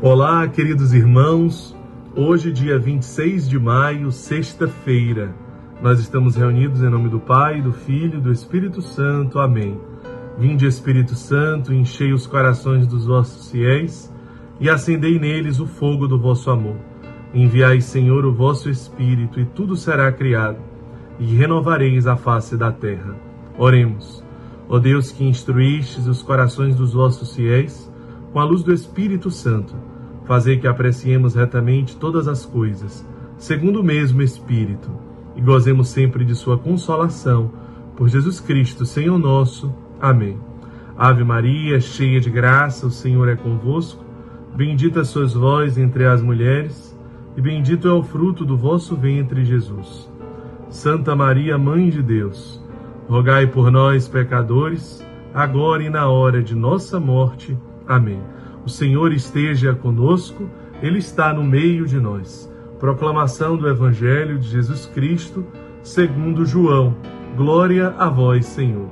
Olá, queridos irmãos. Hoje, dia 26 de maio, sexta-feira, nós estamos reunidos em nome do Pai, do Filho e do Espírito Santo. Amém. Vinde, Espírito Santo, enchei os corações dos vossos fiéis e acendei neles o fogo do vosso amor. Enviai, Senhor, o vosso Espírito, e tudo será criado, e renovareis a face da terra. Oremos. Ó Deus, que instruístes os corações dos vossos fiéis com a luz do Espírito Santo, fazei que apreciemos retamente todas as coisas, segundo o mesmo Espírito, e gozemos sempre de sua consolação, por Jesus Cristo, Senhor nosso. Amém. Ave Maria, cheia de graça, o Senhor é convosco. Bendita sois vós entre as mulheres, e bendito é o fruto do vosso ventre, Jesus. Santa Maria, Mãe de Deus, rogai por nós, pecadores, agora e na hora de nossa morte. Amém. O Senhor esteja conosco, Ele está no meio de nós. Proclamação do Evangelho de Jesus Cristo, segundo João. Glória a vós, Senhor.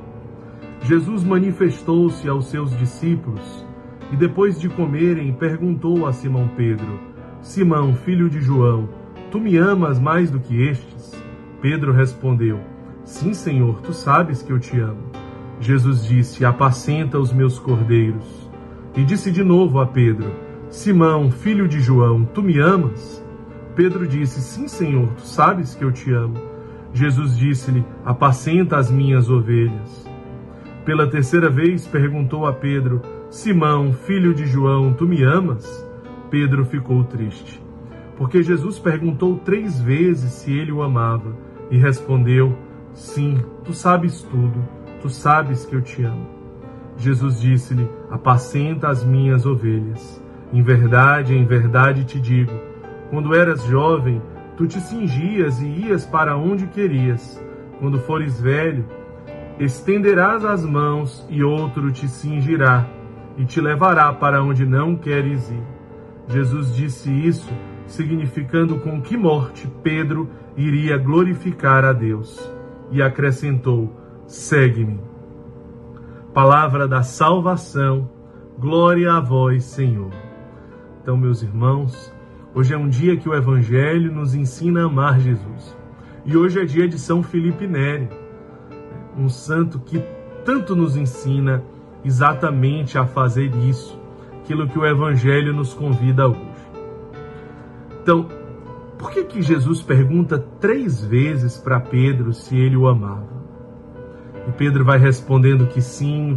Jesus manifestou-se aos seus discípulos e, depois de comerem, perguntou a Simão Pedro: Simão, filho de João, tu me amas mais do que estes? Pedro respondeu: Sim, Senhor, tu sabes que eu te amo. Jesus disse: Apacenta os meus cordeiros. E disse de novo a Pedro: Simão, filho de João, tu me amas? Pedro disse: Sim, Senhor, tu sabes que eu te amo. Jesus disse-lhe: Apacenta as minhas ovelhas. Pela terceira vez perguntou a Pedro: Simão, filho de João, tu me amas? Pedro ficou triste, porque Jesus perguntou 3 vezes se ele o amava, e respondeu: Sim, tu sabes tudo, tu sabes que eu te amo. Jesus disse-lhe: Apacenta as minhas ovelhas. Em verdade te digo, quando eras jovem, tu te cingias e ias para onde querias. Quando fores velho, estenderás as mãos e outro te cingirá e te levará para onde não queres ir. Jesus disse isso, significando com que morte Pedro iria glorificar a Deus. E acrescentou: Segue-me. Palavra da salvação, glória a vós, Senhor. Então, meus irmãos, hoje é um dia que o Evangelho nos ensina a amar Jesus. E hoje é dia de São Felipe Neri, um santo que tanto nos ensina exatamente a fazer isso, aquilo que o Evangelho nos convida hoje. Então, por que Jesus pergunta 3 vezes para Pedro se ele o amava? E Pedro vai respondendo que sim,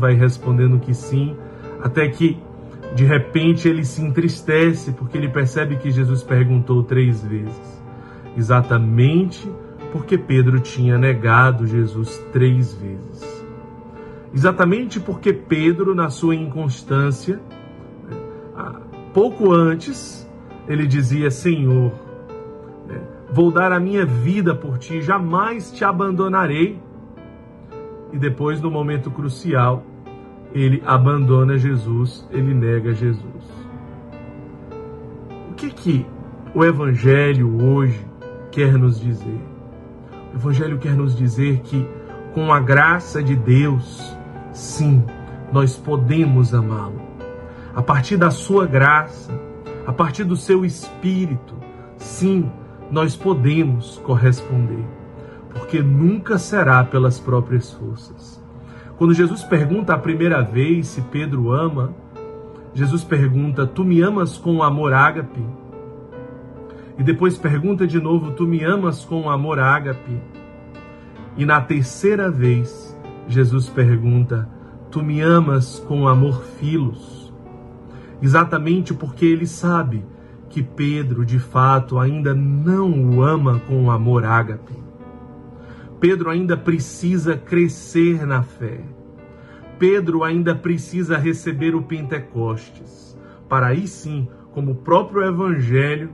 até que, de repente, ele se entristece, porque ele percebe que Jesus perguntou 3 vezes. Exatamente porque Pedro tinha negado Jesus 3 vezes. Exatamente porque Pedro, na sua inconstância, pouco antes, ele dizia: Senhor, vou dar a minha vida por ti, jamais te abandonarei. E depois, no momento crucial, ele abandona Jesus, ele nega Jesus. O que o Evangelho hoje quer nos dizer? O Evangelho quer nos dizer que, com a graça de Deus, sim, nós podemos amá-lo. A partir da sua graça, a partir do seu Espírito, sim, nós podemos corresponder. Porque nunca será pelas próprias forças. Quando Jesus pergunta a primeira vez se Pedro ama, Jesus pergunta: Tu me amas com amor ágape? E depois pergunta de novo: Tu me amas com amor ágape? E na terceira vez, Jesus pergunta: Tu me amas com amor filos? Exatamente porque ele sabe que Pedro, de fato, ainda não o ama com amor ágape. Pedro ainda precisa crescer na fé. Pedro ainda precisa receber o Pentecostes. Para aí sim, como o próprio Evangelho,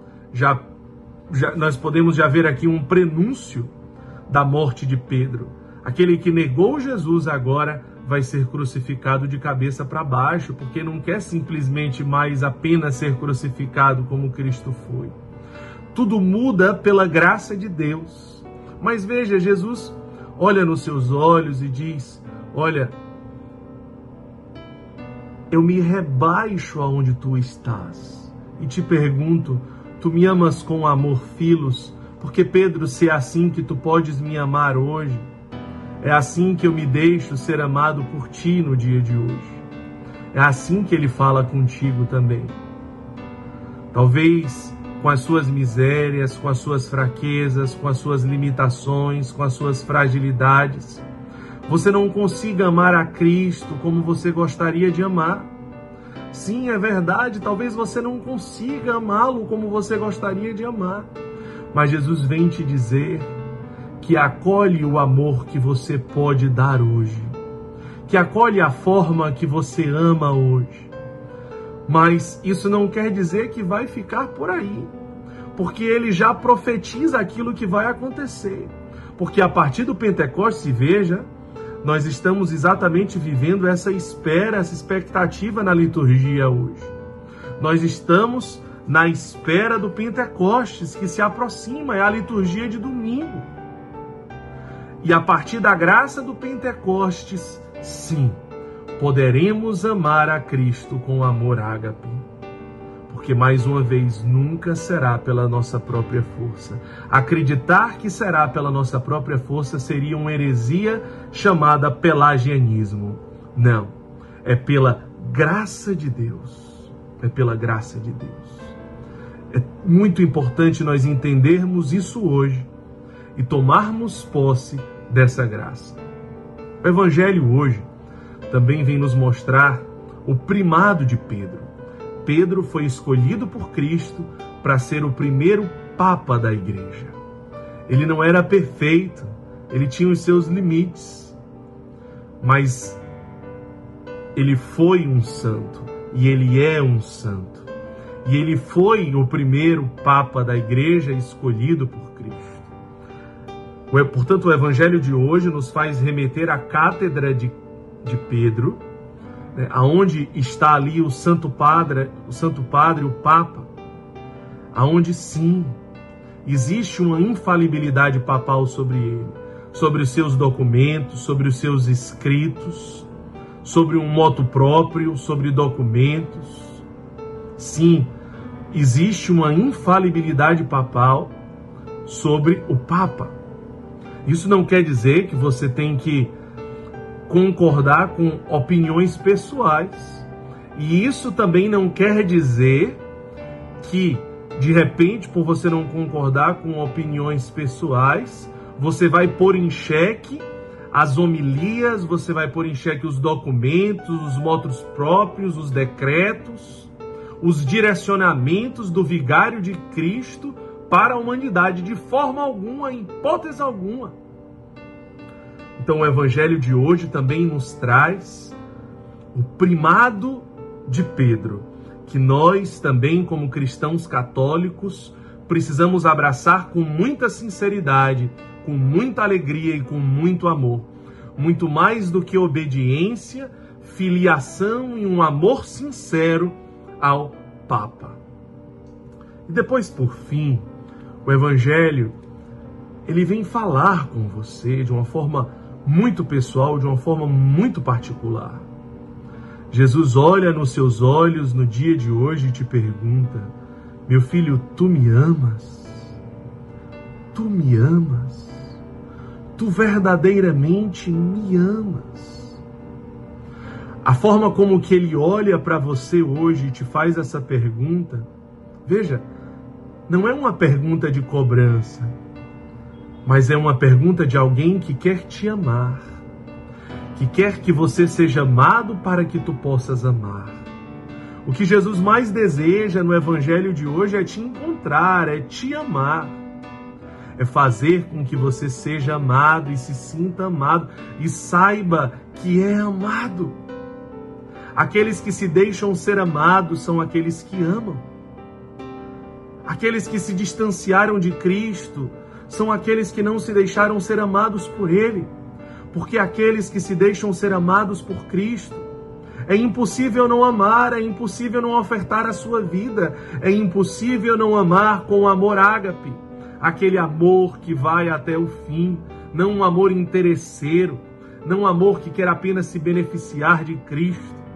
nós podemos já ver aqui um prenúncio da morte de Pedro. Aquele que negou Jesus agora vai ser crucificado de cabeça para baixo, porque não quer simplesmente mais apenas ser crucificado como Cristo foi. Tudo muda pela graça de Deus. Mas veja, Jesus olha nos seus olhos e diz: olha, eu me rebaixo aonde tu estás e te pergunto, tu me amas com amor filos? Porque, Pedro, se é assim que tu podes me amar hoje, é assim que eu me deixo ser amado por ti no dia de hoje. É assim que ele fala contigo também. Talvez com as suas misérias, com as suas fraquezas, com as suas limitações, com as suas fragilidades, você não consiga amar a Cristo como você gostaria de amar. Sim, é verdade, talvez você não consiga amá-lo como você gostaria de amar. Mas Jesus vem te dizer que acolhe o amor que você pode dar hoje, que acolhe a forma que você ama hoje. Mas isso não quer dizer que vai ficar por aí, porque ele já profetiza aquilo que vai acontecer. Porque a partir do Pentecostes, veja, nós estamos exatamente vivendo essa espera, essa expectativa na liturgia hoje. Nós estamos na espera do Pentecostes, que se aproxima, é a liturgia de domingo. E a partir da graça do Pentecostes, sim, poderemos amar a Cristo com amor ágape. Porque, mais uma vez, nunca será pela nossa própria força. Acreditar que será pela nossa própria força seria uma heresia chamada pelagianismo. Não, é pela graça de Deus. É pela graça de Deus. É muito importante nós entendermos isso hoje e tomarmos posse dessa graça. O Evangelho hoje também vem nos mostrar o primado de Pedro. Pedro foi escolhido por Cristo para ser o primeiro Papa da Igreja. Ele não era perfeito, ele tinha os seus limites, mas ele foi um santo e ele é um santo. E ele foi o primeiro Papa da Igreja escolhido por Cristo. Portanto, o Evangelho de hoje nos faz remeter à cátedra de Pedro, né, aonde está ali o Santo Padre, o Papa, aonde sim, existe uma infalibilidade papal sobre ele, sobre os seus documentos, sobre os seus escritos, sobre um motu próprio, sobre documentos. Sim, existe uma infalibilidade papal sobre o Papa. Isso não quer dizer que você tem que concordar com opiniões pessoais. E isso também não quer dizer que, de repente, por você não concordar com opiniões pessoais, você vai pôr em xeque as homilias, você vai pôr em xeque os documentos, os motus próprios, os decretos, os direcionamentos do vigário de Cristo para a humanidade, de forma alguma, em hipótese alguma. Então o Evangelho de hoje também nos traz o primado de Pedro, que nós também, como cristãos católicos, precisamos abraçar com muita sinceridade, com muita alegria e com muito amor. Muito mais do que obediência, filiação e um amor sincero ao Papa. E depois, por fim, o Evangelho, ele vem falar com você de uma forma muito pessoal, de uma forma muito particular. Jesus olha nos seus olhos no dia de hoje e te pergunta: meu filho, tu me amas? Tu me amas? Tu verdadeiramente me amas? A forma como que ele olha para você hoje e te faz essa pergunta, veja, não é uma pergunta de cobrança, mas é uma pergunta de alguém que quer te amar, que quer que você seja amado para que tu possas amar. O que Jesus mais deseja no Evangelho de hoje é te encontrar, é te amar, é fazer com que você seja amado e se sinta amado e saiba que é amado. Aqueles que se deixam ser amados são aqueles que amam. Aqueles que se distanciaram de Cristo são aqueles que não se deixaram ser amados por Ele. Porque aqueles que se deixam ser amados por Cristo, é impossível não amar, é impossível não ofertar a sua vida, é impossível não amar com amor ágape, aquele amor que vai até o fim, não um amor interesseiro, não um amor que quer apenas se beneficiar de Cristo,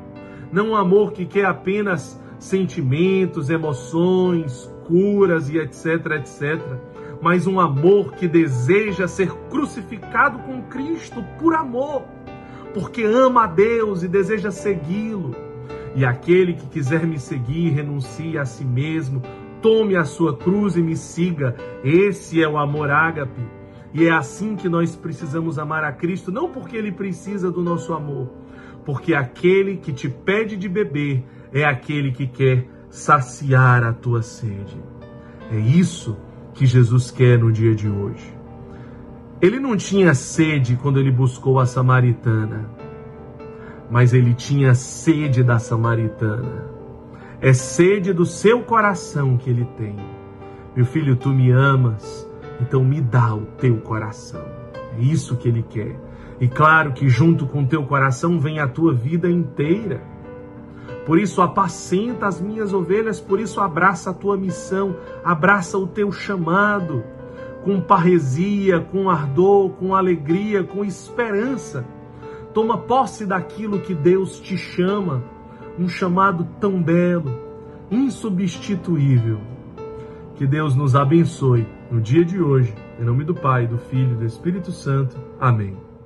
não um amor que quer apenas sentimentos, emoções, curas e etc, etc, mas um amor que deseja ser crucificado com Cristo por amor, porque ama a Deus e deseja segui-lo. E aquele que quiser me seguir, renuncie a si mesmo, tome a sua cruz e me siga. Esse é o amor ágape. E é assim que nós precisamos amar a Cristo, não porque Ele precisa do nosso amor, porque aquele que te pede de beber é aquele que quer saciar a tua sede. É isso que Jesus quer no dia de hoje. Ele não tinha sede quando ele buscou a samaritana, mas ele tinha sede da samaritana. É sede do seu coração que ele tem. Meu filho, tu me amas, então me dá o teu coração. É isso que ele quer. E claro que junto com o teu coração vem a tua vida inteira. Por isso apacenta as minhas ovelhas, por isso abraça a tua missão, abraça o teu chamado, com parresia, com ardor, com alegria, com esperança. Toma posse daquilo que Deus te chama, um chamado tão belo, insubstituível. Que Deus nos abençoe no dia de hoje, em nome do Pai, do Filho e do Espírito Santo. Amém.